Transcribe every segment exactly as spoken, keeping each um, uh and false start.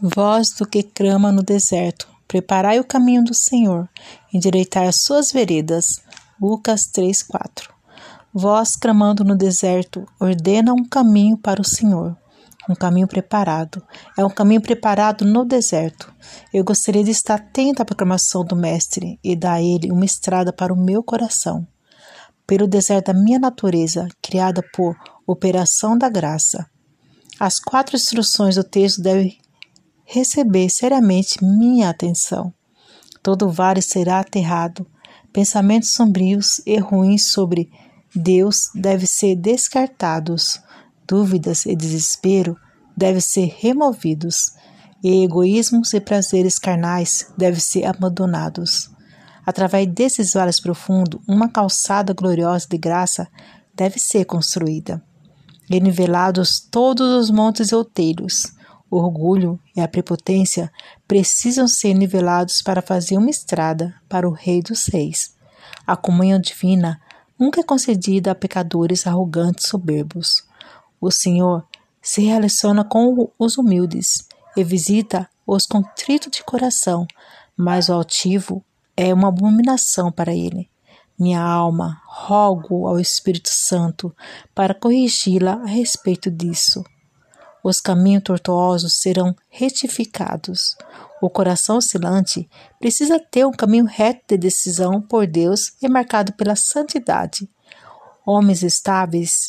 Voz do que clama no deserto, preparai o caminho do Senhor, endireitai as suas veredas. Lucas três, quatro. Voz clamando no deserto, ordena um caminho para o Senhor. Um caminho preparado. É um caminho preparado no deserto. Eu gostaria de estar atenta à proclamação do Mestre e dar a ele uma estrada para o meu coração. Pelo deserto da minha natureza, criada por operação da graça. As quatro instruções do texto devem receber seriamente minha atenção. Todo vale será aterrado. Pensamentos sombrios e ruins sobre Deus devem ser descartados. Dúvidas e desespero devem ser removidos. E egoísmos e prazeres carnais devem ser abandonados. Através desses vales profundos, uma calçada gloriosa de graça deve ser construída. E nivelados todos os montes e outeiros. O orgulho e a prepotência precisam ser nivelados para fazer uma estrada para o Rei dos Reis. A comunhão divina nunca é concedida a pecadores arrogantes e soberbos. O Senhor se relaciona com os humildes e visita os contritos de coração, mas o altivo é uma abominação para ele. Minha alma, rogo ao Espírito Santo para corrigi-la a respeito disso. Os caminhos tortuosos serão retificados. O coração oscilante precisa ter um caminho reto de decisão por Deus e marcado pela santidade. Homens estáveis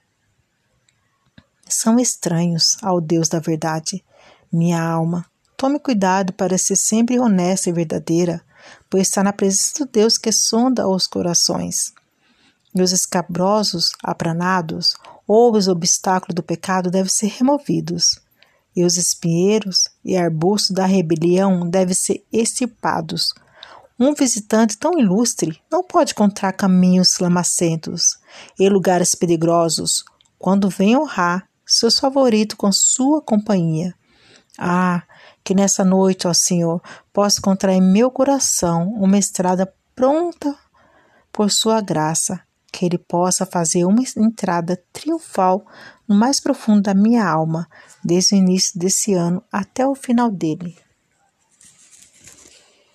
são estranhos ao Deus da verdade. Minha alma, tome cuidado para ser sempre honesta e verdadeira, pois está na presença do Deus que sonda os corações. E os escabrosos, apranados, ou os obstáculos do pecado devem ser removidos, e os espinheiros e arbustos da rebelião devem ser extirpados. Um visitante tão ilustre não pode encontrar caminhos lamacentos e lugares perigosos quando vem honrar seus favoritos com sua companhia. Ah, que nessa noite, ó Senhor, possa encontrar em meu coração uma estrada pronta por sua graça, que Ele possa fazer uma entrada triunfal no mais profundo da minha alma, desde o início desse ano até o final dele.